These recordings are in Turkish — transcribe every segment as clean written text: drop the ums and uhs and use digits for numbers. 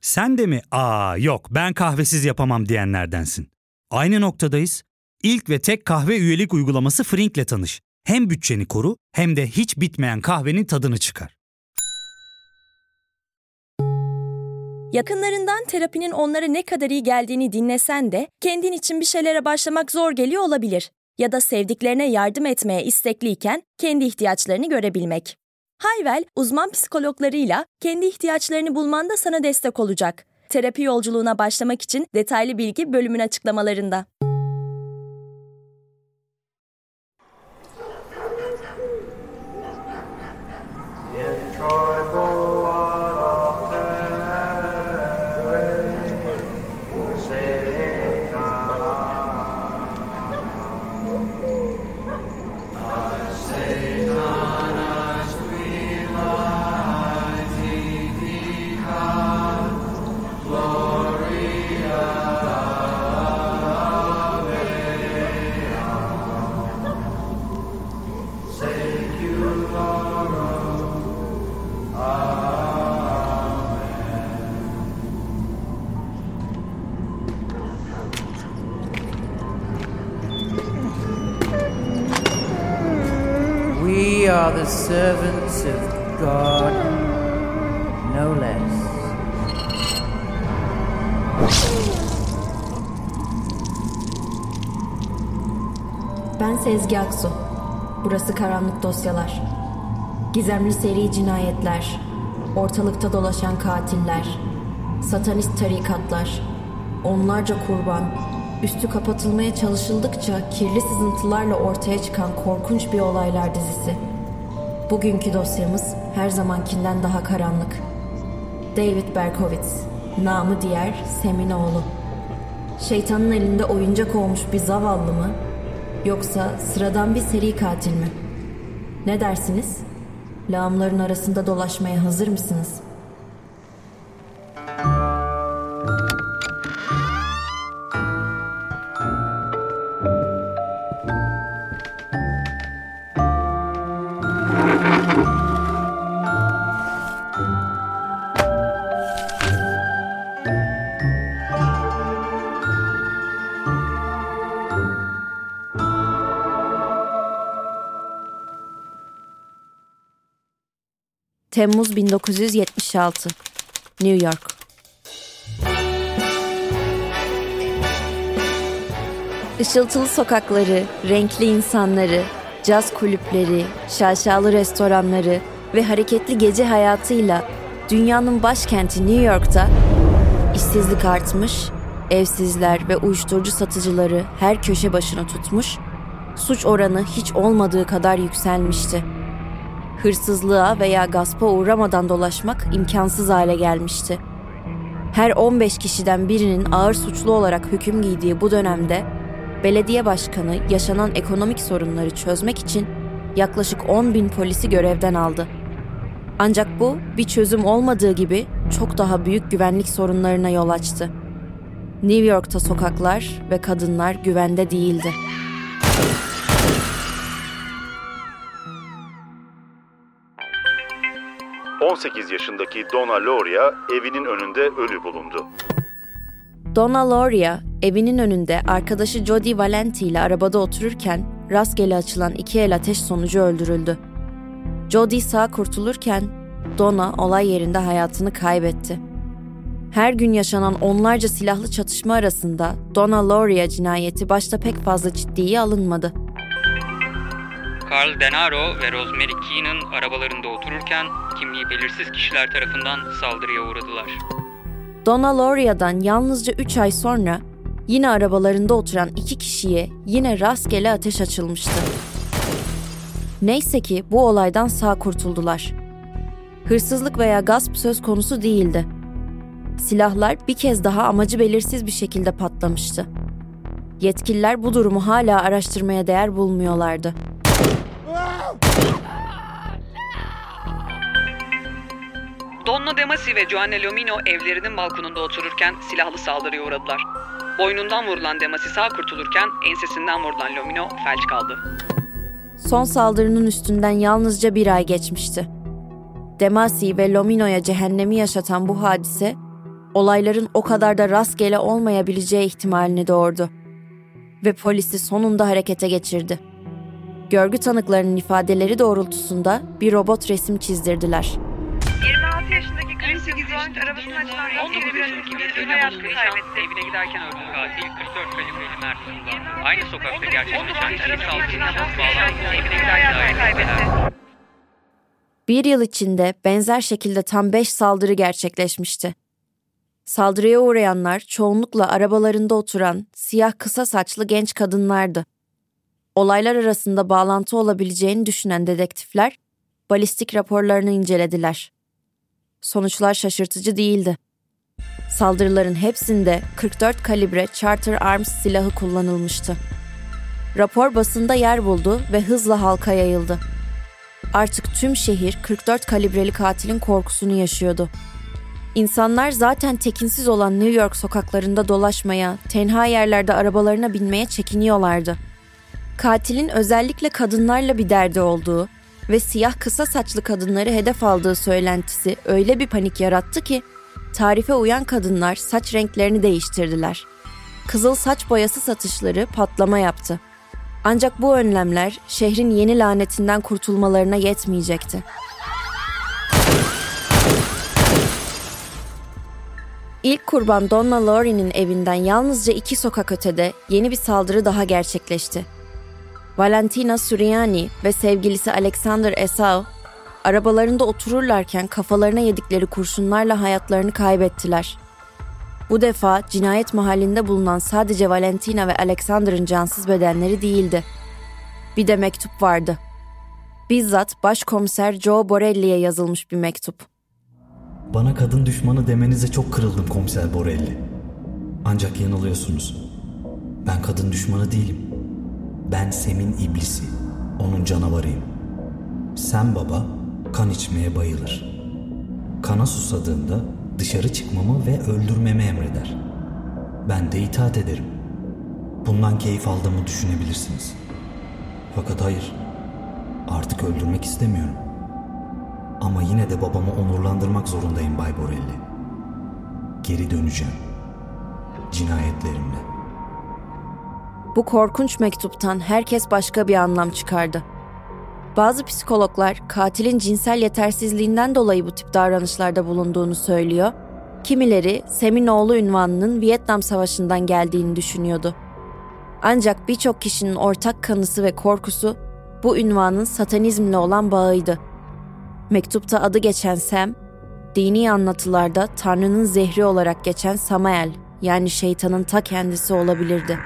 Sen de mi yok ben kahvesiz yapamam diyenlerdensin? Aynı noktadayız. İlk ve tek kahve üyelik uygulaması Frink'le tanış. Hem bütçeni koru hem de hiç bitmeyen kahvenin tadını çıkar. Yakınlarından terapinin onlara ne kadar iyi geldiğini dinlesen de kendin için bir şeylere başlamak zor geliyor olabilir. Ya da sevdiklerine yardım etmeye istekliyken kendi ihtiyaçlarını görebilmek. Hayvel, uzman psikologlarıyla kendi ihtiyaçlarını bulmanda sana destek olacak. Terapi yolculuğuna başlamak için detaylı bilgi bölümün açıklamalarında. We are the servants of God, no less. Ben Sezgi Aksu. Burası Karanlık Dosyalar. Gizemli seri cinayetler, ortalıkta dolaşan katiller, satanist tarikatlar, onlarca kurban, üstü kapatılmaya çalışıldıkça kirli sızıntılarla ortaya çıkan korkunç bir olaylar dizisi. Bugünkü dosyamız her zamankinden daha karanlık. David Berkowitz, namı diğer Seminoğlu. Şeytanın elinde oyuncak olmuş bir zavallı mı? Yoksa sıradan bir seri katil mi? Ne dersiniz? Lağımların arasında dolaşmaya hazır mısınız? Temmuz 1976, New York. Işıltılı sokakları, renkli insanları, caz kulüpleri, şaşalı restoranları ve hareketli gece hayatıyla dünyanın başkenti New York'ta işsizlik artmış, evsizler ve uyuşturucu satıcıları her köşe başına tutmuş, suç oranı hiç olmadığı kadar yükselmişti. Hırsızlığa veya gaspa uğramadan dolaşmak imkansız hale gelmişti. Her 15 kişiden birinin ağır suçlu olarak hüküm giydiği bu dönemde belediye başkanı yaşanan ekonomik sorunları çözmek için yaklaşık 10.000 polisi görevden aldı. Ancak bu bir çözüm olmadığı gibi çok daha büyük güvenlik sorunlarına yol açtı. New York'ta sokaklar ve kadınlar güvende değildi. ...18 yaşındaki Donna Lauria evinin önünde ölü bulundu. Donna Lauria evinin önünde arkadaşı Jody Valenti ile arabada otururken rastgele açılan 2 el ateş sonucu öldürüldü. Jody sağ kurtulurken Donna olay yerinde hayatını kaybetti. Her gün yaşanan onlarca silahlı çatışma arasında Donna Lauria cinayeti başta pek fazla ciddiye alınmadı. Carl Denaro ve Rosemary Keenan arabalarında otururken kimliği belirsiz kişiler tarafından saldırıya uğradılar. Donna Lauria'dan yalnızca 3 ay sonra yine arabalarında oturan 2 kişiye yine rastgele ateş açılmıştı. Neyse ki bu olaydan sağ kurtuldular. Hırsızlık veya gasp söz konusu değildi. Silahlar bir kez daha amacı belirsiz bir şekilde patlamıştı. Yetkililer bu durumu hala araştırmaya değer bulmuyorlardı. Donna DeMasi ve Joanne Lomino evlerinin balkonunda otururken silahlı saldırıya uğradılar. Boynundan vurulan DeMasi sağ kurtulurken ensesinden vurulan Lomino felç kaldı. Son saldırının üstünden yalnızca 1 ay geçmişti. DeMasi ve Lomino'ya cehennemi yaşatan bu hadise, olayların o kadar da rastgele olmayabileceği ihtimalini doğurdu. Ve polisi sonunda harekete geçirdi. Görgü tanıklarının ifadeleri doğrultusunda bir robot resim çizdirdiler. 26 yaşındaki Chrissy Gizonch arabasını açılan 19 yaşındaki hayatını kaybetti. Evine giderken öldü. Katil 44 kalibreli Mersin'de. Aynı sokakta gerçekleşen iki saldırıyla bağlantılı evine giderken hayatını kaybetti. Bir yıl içinde benzer şekilde tam 5 saldırı gerçekleşmişti. Saldırıya uğrayanlar çoğunlukla arabalarında oturan siyah kısa saçlı genç kadınlardı. Olaylar arasında bağlantı olabileceğini düşünen dedektifler balistik raporlarını incelediler. Sonuçlar şaşırtıcı değildi. Saldırıların hepsinde 44 kalibre Charter Arms silahı kullanılmıştı. Rapor basında yer buldu ve hızla halka yayıldı. Artık tüm şehir 44 kalibreli katilin korkusunu yaşıyordu. İnsanlar zaten tekinsiz olan New York sokaklarında dolaşmaya, tenha yerlerde arabalarına binmeye çekiniyorlardı. Katilin özellikle kadınlarla bir derdi olduğu ve siyah kısa saçlı kadınları hedef aldığı söylentisi öyle bir panik yarattı ki tarife uyan kadınlar saç renklerini değiştirdiler. Kızıl saç boyası satışları patlama yaptı. Ancak bu önlemler şehrin yeni lanetinden kurtulmalarına yetmeyecekti. İlk kurban Donna Laurie'nin evinden yalnızca 2 sokak ötede yeni bir saldırı daha gerçekleşti. Valentina Suriani ve sevgilisi Alexander Esau, arabalarında otururlarken kafalarına yedikleri kurşunlarla hayatlarını kaybettiler. Bu defa cinayet mahallinde bulunan sadece Valentina ve Alexander'ın cansız bedenleri değildi. Bir de mektup vardı. Bizzat Başkomiser Joe Borelli'ye yazılmış bir mektup. Bana kadın düşmanı demenize çok kırıldım Komiser Borelli. Ancak yanılıyorsunuz. Ben kadın düşmanı değilim. Ben Sem'in iblisi, onun canavarıyım. Sem baba kan içmeye bayılır. Kana susadığımda dışarı çıkmamı ve öldürmemi emreder. Ben de itaat ederim. Bundan keyif aldığımı düşünebilirsiniz. Fakat hayır, artık öldürmek istemiyorum. Ama yine de babamı onurlandırmak zorundayım Bay Borelli. Geri döneceğim. Cinayetlerimle. Bu korkunç mektuptan herkes başka bir anlam çıkardı. Bazı psikologlar katilin cinsel yetersizliğinden dolayı bu tip davranışlarda bulunduğunu söylüyor, kimileri Sem'in oğlu unvanının Vietnam Savaşı'ndan geldiğini düşünüyordu. Ancak birçok kişinin ortak kanısı ve korkusu bu unvanın satanizmle olan bağıydı. Mektupta adı geçen Sem, dini anlatılarda Tanrı'nın zehri olarak geçen Samael, yani şeytanın ta kendisi olabilirdi.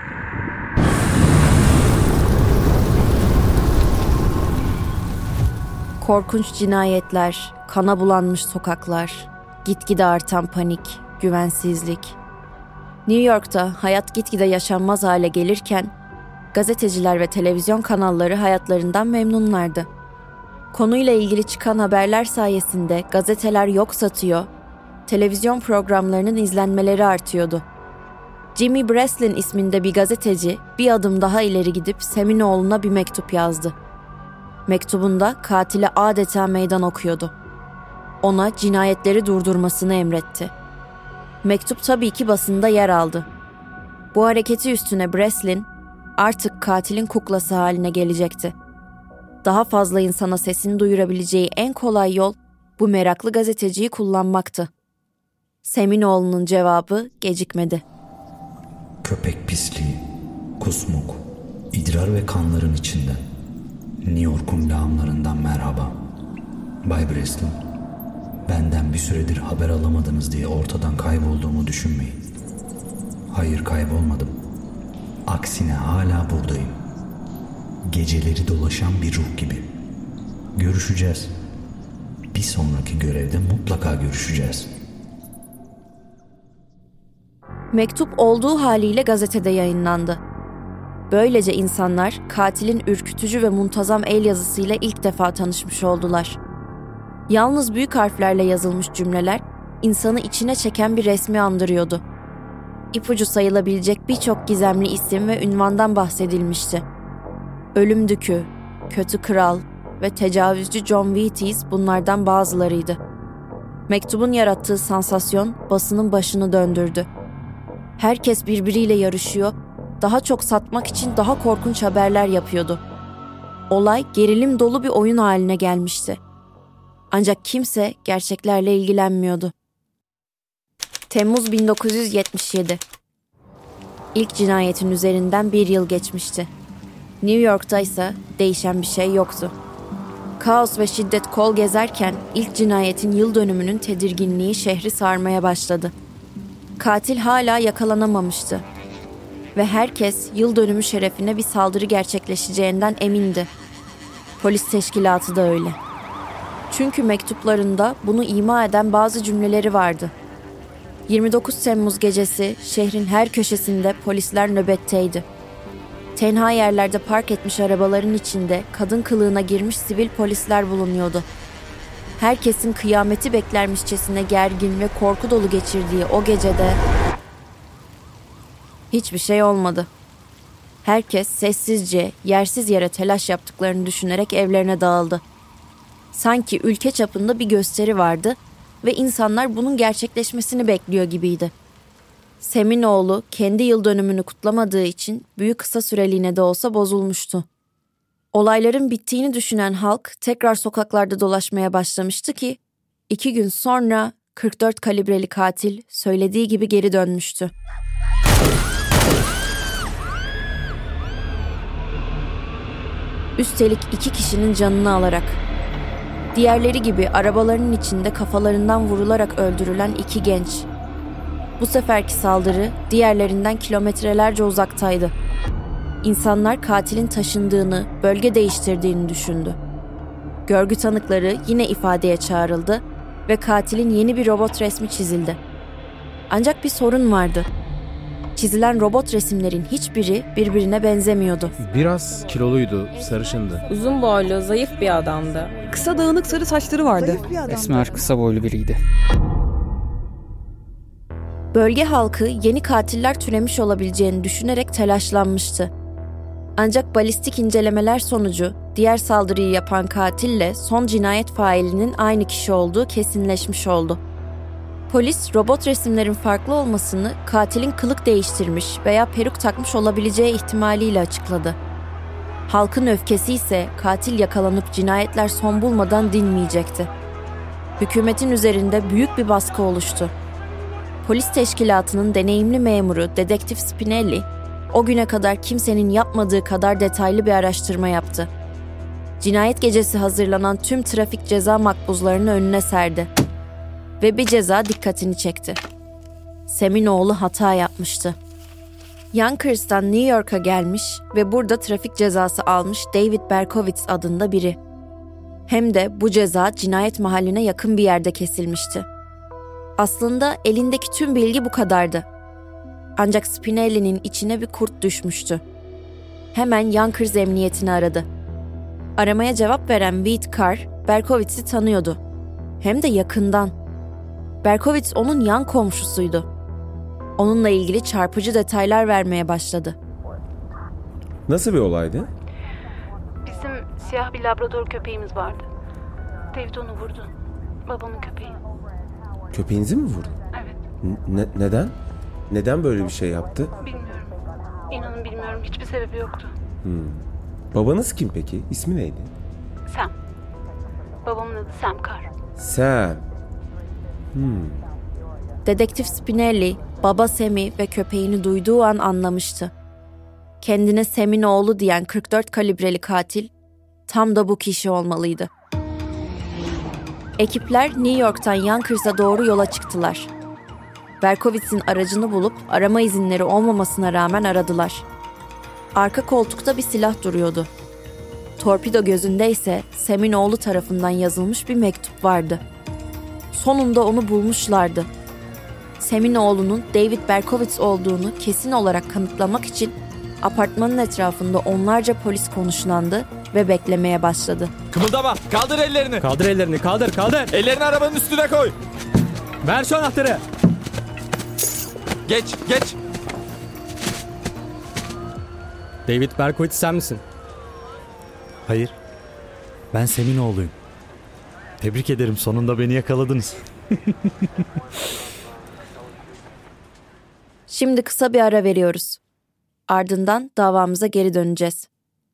Korkunç cinayetler, kana bulanmış sokaklar, gitgide artan panik, güvensizlik. New York'ta hayat gitgide yaşanmaz hale gelirken, gazeteciler ve televizyon kanalları hayatlarından memnunlardı. Konuyla ilgili çıkan haberler sayesinde gazeteler yok satıyor, televizyon programlarının izlenmeleri artıyordu. Jimmy Breslin isminde bir gazeteci bir adım daha ileri gidip Sem'in oğluna bir mektup yazdı. Mektubunda katile adeta meydan okuyordu. Ona cinayetleri durdurmasını emretti. Mektup tabii ki basında yer aldı. Bu hareketi üstüne Breslin artık katilin kuklası haline gelecekti. Daha fazla insana sesini duyurabileceği en kolay yol bu meraklı gazeteciyi kullanmaktı. Sem'in oğlunun cevabı gecikmedi. Köpek pisliği, kusmuk, idrar ve kanların içinden. New York'un lağımlarından merhaba. Bay Breslin, benden bir süredir haber alamadınız diye ortadan kaybolduğumu düşünmeyin. Hayır, kaybolmadım. Aksine hala buradayım. Geceleri dolaşan bir ruh gibi. Görüşeceğiz. Bir sonraki görevde mutlaka görüşeceğiz. Mektup olduğu haliyle gazetede yayınlandı. Böylece insanlar katilin ürkütücü ve muntazam el yazısıyla ilk defa tanışmış oldular. Yalnız büyük harflerle yazılmış cümleler insanı içine çeken bir resmi andırıyordu. İpucu sayılabilecek birçok gizemli isim ve ünvandan bahsedilmişti. Ölüm Dükü, Kötü Kral ve tecavüzcü John Wheaties bunlardan bazılarıydı. Mektubun yarattığı sansasyon basının başını döndürdü. Herkes birbiriyle yarışıyor, daha çok satmak için daha korkunç haberler yapıyordu. Olay gerilim dolu bir oyun haline gelmişti. Ancak kimse gerçeklerle ilgilenmiyordu. Temmuz 1977. İlk cinayetin üzerinden 1 yıl geçmişti. New York'ta ise değişen bir şey yoktu. Kaos ve şiddet kol gezerken ilk cinayetin yıl dönümünün tedirginliği şehri sarmaya başladı. Katil hala yakalanamamıştı. Ve herkes yıl dönümü şerefine bir saldırı gerçekleşeceğinden emindi. Polis teşkilatı da öyle. Çünkü mektuplarında bunu ima eden bazı cümleleri vardı. 29 Temmuz gecesi şehrin her köşesinde polisler nöbetteydi. Tenha yerlerde park etmiş arabaların içinde kadın kılığına girmiş sivil polisler bulunuyordu. Herkesin kıyameti beklermişçesine gergin ve korku dolu geçirdiği o gecede hiçbir şey olmadı. Herkes sessizce, yersiz yere telaş yaptıklarını düşünerek evlerine dağıldı. Sanki ülke çapında bir gösteri vardı ve insanlar bunun gerçekleşmesini bekliyor gibiydi. Sem'in oğlu kendi yıl dönümünü kutlamadığı için büyük kısa süreliğine de olsa bozulmuştu. Olayların bittiğini düşünen halk tekrar sokaklarda dolaşmaya başlamıştı ki 2 gün sonra 44 kalibreli katil söylediği gibi geri dönmüştü. Üstelik 2 kişinin canını alarak. Diğerleri gibi arabalarının içinde kafalarından vurularak öldürülen 2 genç. Bu seferki saldırı diğerlerinden kilometrelerce uzaktaydı. İnsanlar katilin taşındığını, bölge değiştirdiğini düşündü. Görgü tanıkları yine ifadeye çağrıldı ve katilin yeni bir robot resmi çizildi. Ancak bir sorun vardı. Çizilen robot resimlerin hiçbiri birbirine benzemiyordu. Biraz kiloluydu, sarışındı. Uzun boylu, zayıf bir adamdı. Kısa dağınık sarı saçları vardı. Esmer, kısa boylu biriydi. Bölge halkı yeni katiller türemiş olabileceğini düşünerek telaşlanmıştı. Ancak balistik incelemeler sonucu diğer saldırıyı yapan katille son cinayet failinin aynı kişi olduğu kesinleşmiş oldu. Polis robot resimlerin farklı olmasını katilin kılık değiştirmiş veya peruk takmış olabileceği ihtimaliyle açıkladı. Halkın öfkesi ise katil yakalanıp cinayetler son bulmadan dinmeyecekti. Hükümetin üzerinde büyük bir baskı oluştu. Polis teşkilatının deneyimli memuru Dedektif Spinelli, o güne kadar kimsenin yapmadığı kadar detaylı bir araştırma yaptı. Cinayet gecesi hazırlanan tüm trafik ceza makbuzlarını önüne serdi. Ve bir ceza dikkatini çekti. Sem'in oğlu hata yapmıştı. Yonkers,'dan New York'a gelmiş ve burada trafik cezası almış David Berkowitz adında biri. Hem de bu ceza cinayet mahalline yakın bir yerde kesilmişti. Aslında elindeki tüm bilgi bu kadardı. Ancak Spinelli'nin içine bir kurt düşmüştü. Hemen Yonkers emniyetini aradı. Aramaya cevap veren Wade Carr, Berkowitz'i tanıyordu. Hem de yakından. Berkowitz onun yan komşusuydu. Onunla ilgili çarpıcı detaylar vermeye başladı. Nasıl bir olaydı? Bizim siyah bir labrador köpeğimiz vardı. David onu vurdu. Babamın köpeği. Köpeğinizi mi vurdu? Evet. Neden? Neden böyle bir şey yaptı? Bilmiyorum. İnanın bilmiyorum. Hiçbir sebebi yoktu. Babanız kim peki? İsmi neydi? Sam. Babamın adı Sam Carr. Sam. Dedektif Spinelli, baba Sam'i ve köpeğini duyduğu an anlamıştı. Kendine Sam'in oğlu diyen 44 kalibreli katil tam da bu kişi olmalıydı. Ekipler New York'tan Yonkers'a doğru yola çıktılar. Berkowitz'in aracını bulup arama izinleri olmamasına rağmen aradılar. Arka koltukta bir silah duruyordu. Torpido gözünde ise Sam'in oğlu tarafından yazılmış bir mektup vardı. Sonunda onu bulmuşlardı. Sam'in oğlunun David Berkowitz olduğunu kesin olarak kanıtlamak için apartmanın etrafında onlarca polis konuşlandı ve beklemeye başladı. Kımıldama! Kaldır ellerini! Kaldır ellerini, kaldır, kaldır! Ellerini arabanın üstüne koy! Ver şu anahtarı! Geç! David Berkowitz sen misin? Hayır. Ben Sem'in oğluyum. Tebrik ederim, sonunda beni yakaladınız. Şimdi kısa bir ara veriyoruz. Ardından davamıza geri döneceğiz.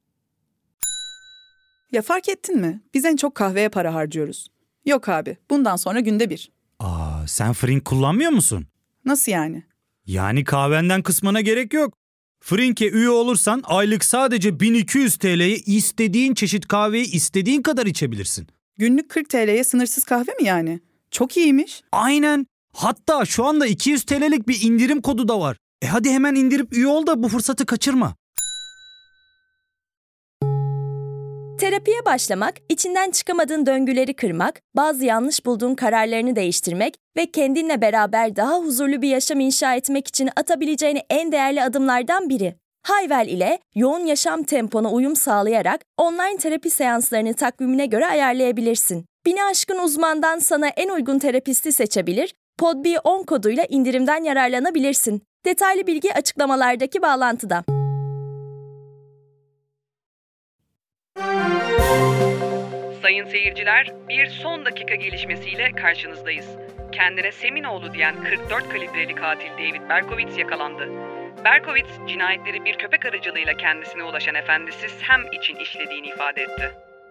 Ya fark ettin mi? Biz en çok kahveye para harcıyoruz. Yok abi, bundan sonra günde 1. Sen Frink kullanmıyor musun? Nasıl yani? Yani kahvenden kısmına gerek yok. Frink'e üye olursan aylık sadece 1200 TL'ye istediğin çeşit kahveyi istediğin kadar içebilirsin. Günlük 40 TL'ye sınırsız kahve mi yani? Çok iyiymiş. Aynen. Hatta şu anda 200 TL'lik bir indirim kodu da var. Hadi hemen indirip üye ol da bu fırsatı kaçırma. Terapiye başlamak, içinden çıkamadığın döngüleri kırmak, bazı yanlış bulduğun kararlarını değiştirmek ve kendinle beraber daha huzurlu bir yaşam inşa etmek için atabileceğin en değerli adımlardan biri. Hayvel ile yoğun yaşam tempona uyum sağlayarak online terapi seanslarını takvimine göre ayarlayabilirsin. 1000'i aşkın uzmandan sana en uygun terapisti seçebilir, PodB10 koduyla indirimden yararlanabilirsin. Detaylı bilgi açıklamalardaki bağlantıda. Sayın seyirciler, bir son dakika gelişmesiyle karşınızdayız. Kendine Seminoğlu diyen 44 kalibreli katil David Berkowitz yakalandı. Berkowitz, cinayetleri bir köpek aracılığıyla kendisine ulaşan efendisi Sam için işlediğini ifade etti.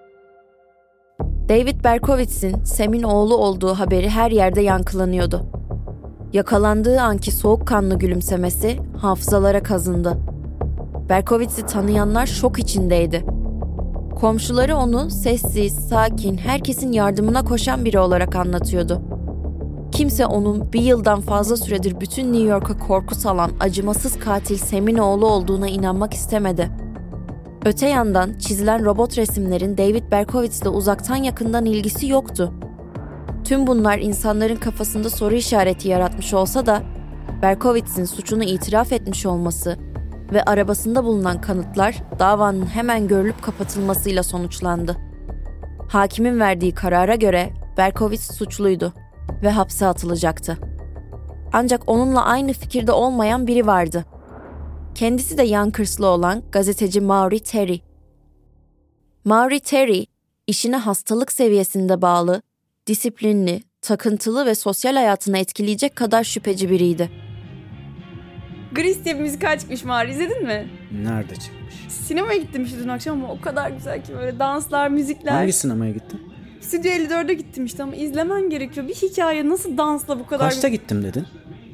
David Berkowitz'in Sam'in oğlu olduğu haberi her yerde yankılanıyordu. Yakalandığı anki soğukkanlı gülümsemesi hafızalara kazındı. Berkowitz'i tanıyanlar şok içindeydi. Komşuları onu sessiz, sakin, herkesin yardımına koşan biri olarak anlatıyordu. Kimse onun bir yıldan fazla süredir bütün New York'a korku salan acımasız katil Sam'in oğlu olduğuna inanmak istemedi. Öte yandan çizilen robot resimlerin David Berkowitz'le uzaktan yakından ilgisi yoktu. Tüm bunlar insanların kafasında soru işareti yaratmış olsa da Berkowitz'in suçunu itiraf etmiş olması ve arabasında bulunan kanıtlar davanın hemen görülüp kapatılmasıyla sonuçlandı. Hakimin verdiği karara göre Berkowitz suçluydu ve hapse atılacaktı. Ancak onunla aynı fikirde olmayan biri vardı. Kendisi de Younkers'lı olan gazeteci Maury Terry. Maury Terry, işine hastalık seviyesinde bağlı, disiplinli, takıntılı ve sosyal hayatını etkileyecek kadar şüpheci biriydi. Grease diye bir müzikal çıkmış Maury, izledin mi? Nerede çıkmış? Sinemaya gittim işte dün akşam ama o kadar güzel ki böyle danslar, müzikler. Hangi sinemaya gittin? Stüdyo 54'e gittim işte ama izlemen gerekiyor. Bir hikaye nasıl dansla bu kadar... Kaçta gittim dedin?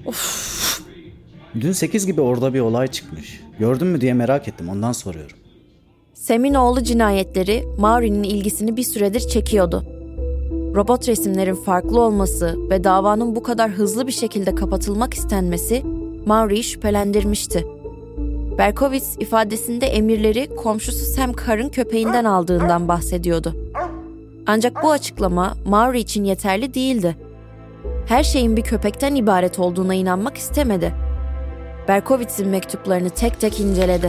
Of. Dün 8 gibi orada bir olay çıkmış. Gördün mü diye merak ettim, ondan soruyorum. Sam'in oğlu cinayetleri Maury'nin ilgisini bir süredir çekiyordu. Robot resimlerin farklı olması ve davanın bu kadar hızlı bir şekilde kapatılmak istenmesi Maury'yi şüphelendirmişti. Berkowitz ifadesinde emirleri komşusu Sam Carr'ın köpeğinden aldığından bahsediyordu. Ancak bu açıklama Maury için yeterli değildi. Her şeyin bir köpekten ibaret olduğuna inanmak istemedi. Berkowitz'in mektuplarını tek tek inceledi.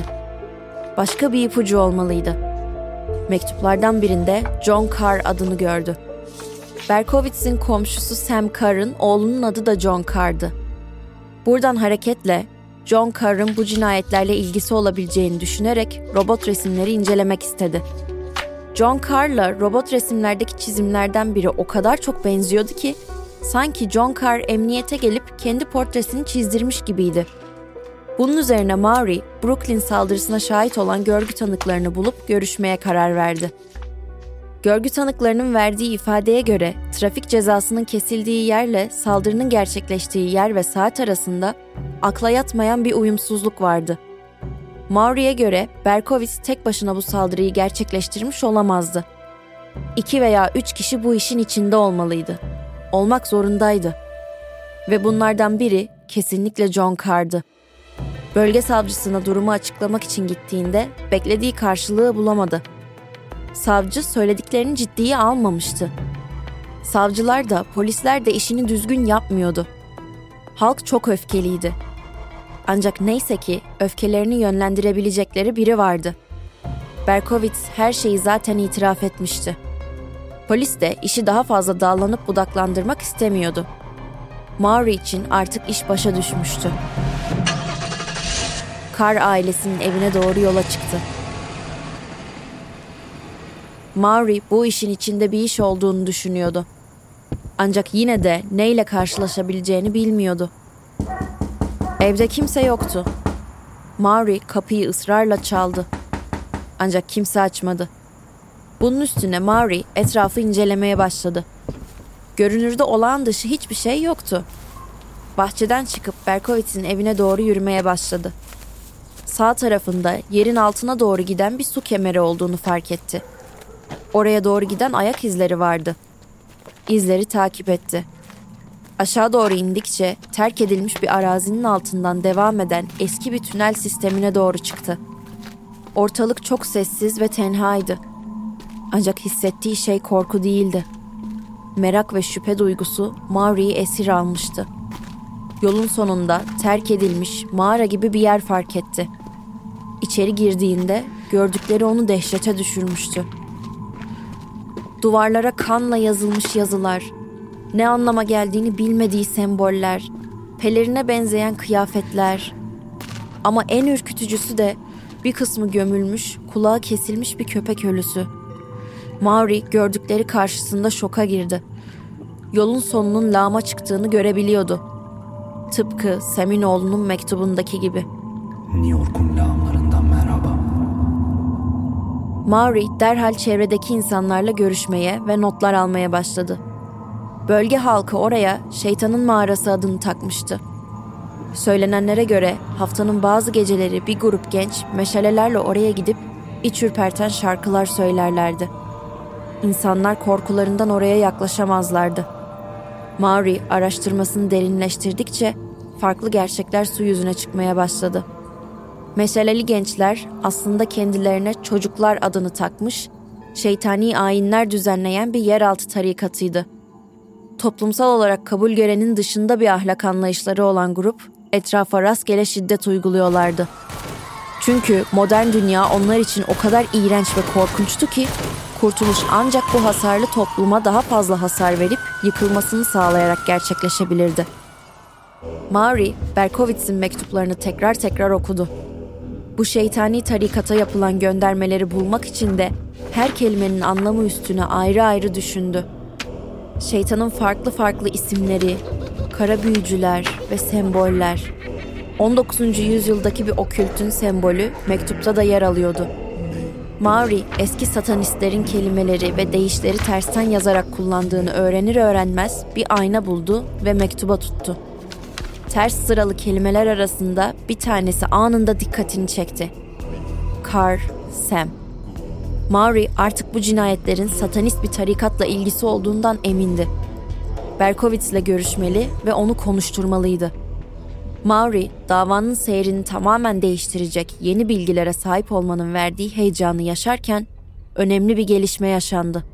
Başka bir ipucu olmalıydı. Mektuplardan birinde John Carr adını gördü. Berkowitz'in komşusu Sam Carr'ın oğlunun adı da John Carr'dı. Buradan hareketle John Carr'ın bu cinayetlerle ilgisi olabileceğini düşünerek robot resimleri incelemek istedi. John Carr'la robot resimlerdeki çizimlerden biri o kadar çok benziyordu ki sanki John Carr emniyete gelip kendi portresini çizdirmiş gibiydi. Bunun üzerine Maury, Brooklyn saldırısına şahit olan görgü tanıklarını bulup görüşmeye karar verdi. Görgü tanıklarının verdiği ifadeye göre trafik cezasının kesildiği yerle saldırının gerçekleştiği yer ve saat arasında akla yatmayan bir uyumsuzluk vardı. Maury'e göre Berkowitz tek başına bu saldırıyı gerçekleştirmiş olamazdı. 2 veya 3 kişi bu işin içinde olmalıydı. Olmak zorundaydı. Ve bunlardan biri kesinlikle John Carr'dı. Bölge savcısına durumu açıklamak için gittiğinde beklediği karşılığı bulamadı. Savcı söylediklerini ciddiye almamıştı. Savcılar da polisler de işini düzgün yapmıyordu. Halk çok öfkeliydi. Ancak neyse ki öfkelerini yönlendirebilecekleri biri vardı. Berkowitz her şeyi zaten itiraf etmişti. Polis de işi daha fazla dallanıp budaklandırmak istemiyordu. Maury için artık iş başa düşmüştü. Carr ailesinin evine doğru yola çıktı. Maury bu işin içinde bir iş olduğunu düşünüyordu. Ancak yine de neyle karşılaşabileceğini bilmiyordu. Evde kimse yoktu. Maury kapıyı ısrarla çaldı. Ancak kimse açmadı. Bunun üstüne Maury etrafı incelemeye başladı. Görünürde olağan dışı hiçbir şey yoktu. Bahçeden çıkıp Berkowitz'in evine doğru yürümeye başladı. Sağ tarafında yerin altına doğru giden bir su kemeri olduğunu fark etti. Oraya doğru giden ayak izleri vardı. İzleri takip etti. Aşağı doğru indikçe terk edilmiş bir arazinin altından devam eden eski bir tünel sistemine doğru çıktı. Ortalık çok sessiz ve tenhaydı. Ancak hissettiği şey korku değildi. Merak ve şüphe duygusu Maury'yi esir almıştı. Yolun sonunda terk edilmiş mağara gibi bir yer fark etti. İçeri girdiğinde gördükleri onu dehşete düşürmüştü. Duvarlara kanla yazılmış yazılar, ne anlama geldiğini bilmediği semboller, pelerine benzeyen kıyafetler. Ama en ürkütücüsü de bir kısmı gömülmüş, kulağı kesilmiş bir köpek ölüsü. Maury gördükleri karşısında şoka girdi. Yolun sonunun lağma çıktığını görebiliyordu. Tıpkı Seminoğlu'nun mektubundaki gibi. New York'un lağımlarından merhaba. Maury derhal çevredeki insanlarla görüşmeye ve notlar almaya başladı. Bölge halkı oraya Şeytanın Mağarası adını takmıştı. Söylenenlere göre haftanın bazı geceleri bir grup genç meşalelerle oraya gidip iç ürperten şarkılar söylerlerdi. İnsanlar korkularından oraya yaklaşamazlardı. Maury araştırmasını derinleştirdikçe farklı gerçekler su yüzüne çıkmaya başladı. Meşaleli gençler aslında kendilerine çocuklar adını takmış, şeytani ayinler düzenleyen bir yeraltı tarikatıydı. Toplumsal olarak kabul görenin dışında bir ahlak anlayışları olan grup, etrafa rastgele şiddet uyguluyorlardı. Çünkü modern dünya onlar için o kadar iğrenç ve korkunçtu ki, kurtuluş ancak bu hasarlı topluma daha fazla hasar verip yıkılmasını sağlayarak gerçekleşebilirdi. Maury, Berkowitz'in mektuplarını tekrar tekrar okudu. Bu şeytani tarikata yapılan göndermeleri bulmak için de her kelimenin anlamı üstüne ayrı ayrı düşündü. Şeytanın farklı farklı isimleri, kara büyücüler ve semboller. 19. yüzyıldaki bir okültün sembolü mektupta da yer alıyordu. Maury, eski satanistlerin kelimeleri ve deyişleri tersten yazarak kullandığını öğrenir öğrenmez bir ayna buldu ve mektuba tuttu. Ters sıralı kelimeler arasında bir tanesi anında dikkatini çekti. Kar, Sem. Maury artık bu cinayetlerin satanist bir tarikatla ilgisi olduğundan emindi. Berkowitz'le görüşmeli ve onu konuşturmalıydı. Maury, davanın seyrini tamamen değiştirecek yeni bilgilere sahip olmanın verdiği heyecanı yaşarken önemli bir gelişme yaşandı.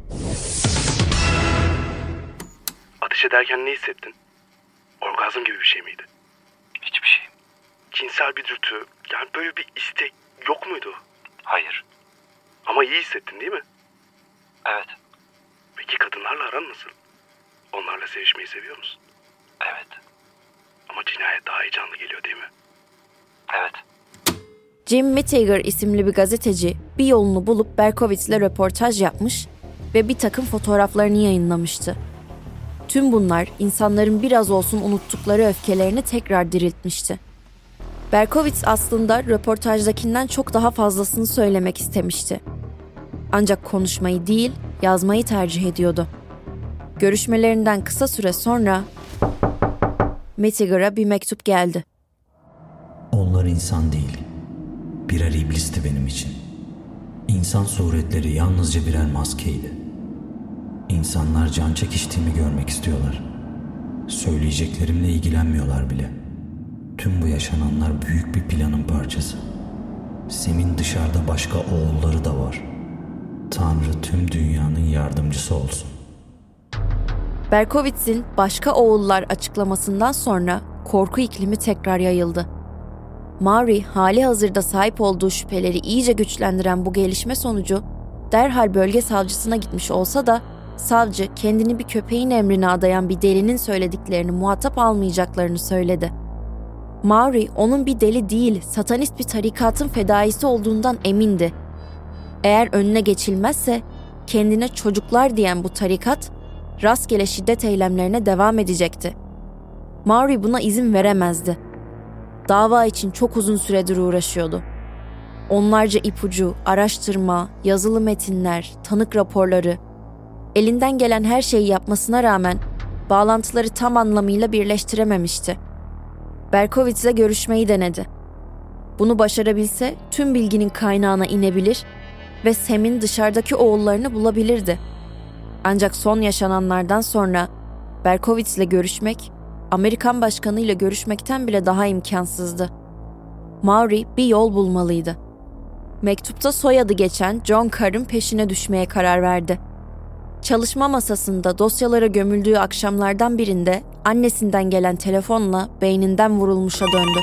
Ateş ederken ne hissettin? Orgazm gibi bir şey miydi? Hiçbir şey. Cinsel bir dürtü, yani böyle bir istek yok muydu? Hayır. Ama iyi hissettin değil mi? Evet. Peki kadınlarla aran nasıl? Onlarla sevişmeyi seviyor musun? Evet. Ama cinayet daha heyecanlı geliyor değil mi? Evet. Jim Mitiger isimli bir gazeteci bir yolunu bulup Berkowitz'le röportaj yapmış ve bir takım fotoğraflarını yayınlamıştı. Tüm bunlar insanların biraz olsun unuttukları öfkelerini tekrar diriltmişti. Berkowitz aslında röportajdakinden çok daha fazlasını söylemek istemişti. Ancak konuşmayı değil, yazmayı tercih ediyordu. Görüşmelerinden kısa süre sonra Mitiger'a bir mektup geldi. Onlar insan değil, birer iblisti benim için. İnsan suretleri yalnızca birer maskeydi. İnsanlar can çekiştiğimi görmek istiyorlar. Söyleyeceklerimle ilgilenmiyorlar bile. Tüm bu yaşananlar büyük bir planın parçası. Sem'in dışarıda başka oğulları da var. Tanrı tüm dünyanın yardımcısı olsun. Berkowitz'in başka oğullar açıklamasından sonra korku iklimi tekrar yayıldı. Maury hali hazırda sahip olduğu şüpheleri iyice güçlendiren bu gelişme sonucu derhal bölge savcısına gitmiş olsa da savcı kendini bir köpeğin emrine adayan bir delinin söylediklerini muhatap almayacaklarını söyledi. Maury onun bir deli değil, satanist bir tarikatın fedaisi olduğundan emindi. Eğer önüne geçilmezse kendine çocuklar diyen bu tarikat rastgele şiddet eylemlerine devam edecekti. Maury buna izin veremezdi. Dava için çok uzun süredir uğraşıyordu. Onlarca ipucu, araştırma, yazılı metinler, tanık raporları, elinden gelen her şeyi yapmasına rağmen bağlantıları tam anlamıyla birleştirememişti. Berkowitz'le görüşmeyi denedi. Bunu başarabilse tüm bilginin kaynağına inebilir ve Sam'in dışarıdaki oğullarını bulabilirdi. Ancak son yaşananlardan sonra Berkowitz'le görüşmek, Amerikan başkanıyla görüşmekten bile daha imkansızdı. Maury bir yol bulmalıydı. Mektupta soyadı geçen John Carr'ın peşine düşmeye karar verdi. Çalışma masasında dosyalara gömüldüğü akşamlardan birinde annesinden gelen telefonla beyninden vurulmuşa döndü.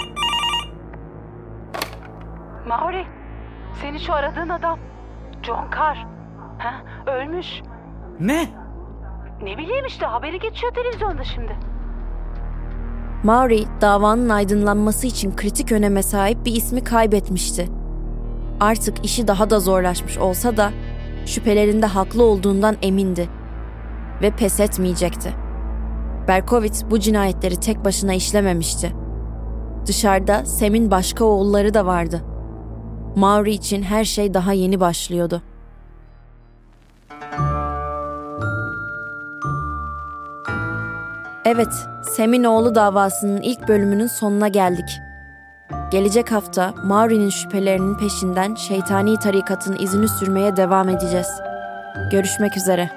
Maury, seni şu aradığın adam. John Carr. Ölmüş. Ne? Ne bileyim işte, haberi geçiyor televizyonda şimdi. Maury, davanın aydınlanması için kritik öneme sahip bir ismi kaybetmişti. Artık işi daha da zorlaşmış olsa da şüphelerinde haklı olduğundan emindi ve pes etmeyecekti. Berkowitz bu cinayetleri tek başına işlememişti. Dışarıda Sam'in başka oğulları da vardı. Maury için her şey daha yeni başlıyordu. Evet, Sam'in oğlu davasının ilk bölümünün sonuna geldik. Gelecek hafta Maury'nin şüphelerinin peşinden şeytani tarikatın izini sürmeye devam edeceğiz. Görüşmek üzere.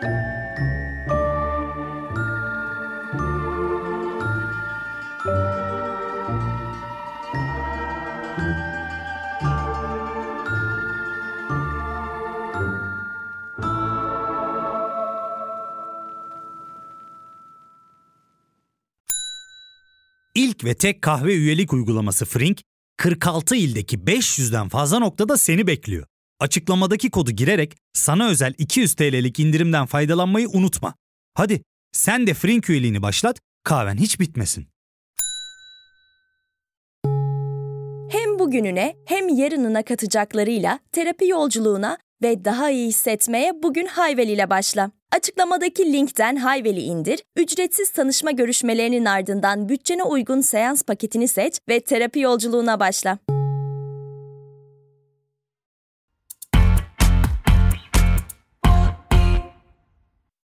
İlk ve tek kahve üyelik uygulaması Frink, 46 ildeki 500'den fazla noktada seni bekliyor. Açıklamadaki kodu girerek sana özel 200 TL'lik indirimden faydalanmayı unutma. Hadi sen de Frink üyeliğini başlat, kahven hiç bitmesin. Hem bugününe hem yarınına katacaklarıyla terapi yolculuğuna ve daha iyi hissetmeye bugün Hayvel ile başla. Açıklamadaki linkten Hayvel'i indir, ücretsiz tanışma görüşmelerinin ardından bütçene uygun seans paketini seç ve terapi yolculuğuna başla.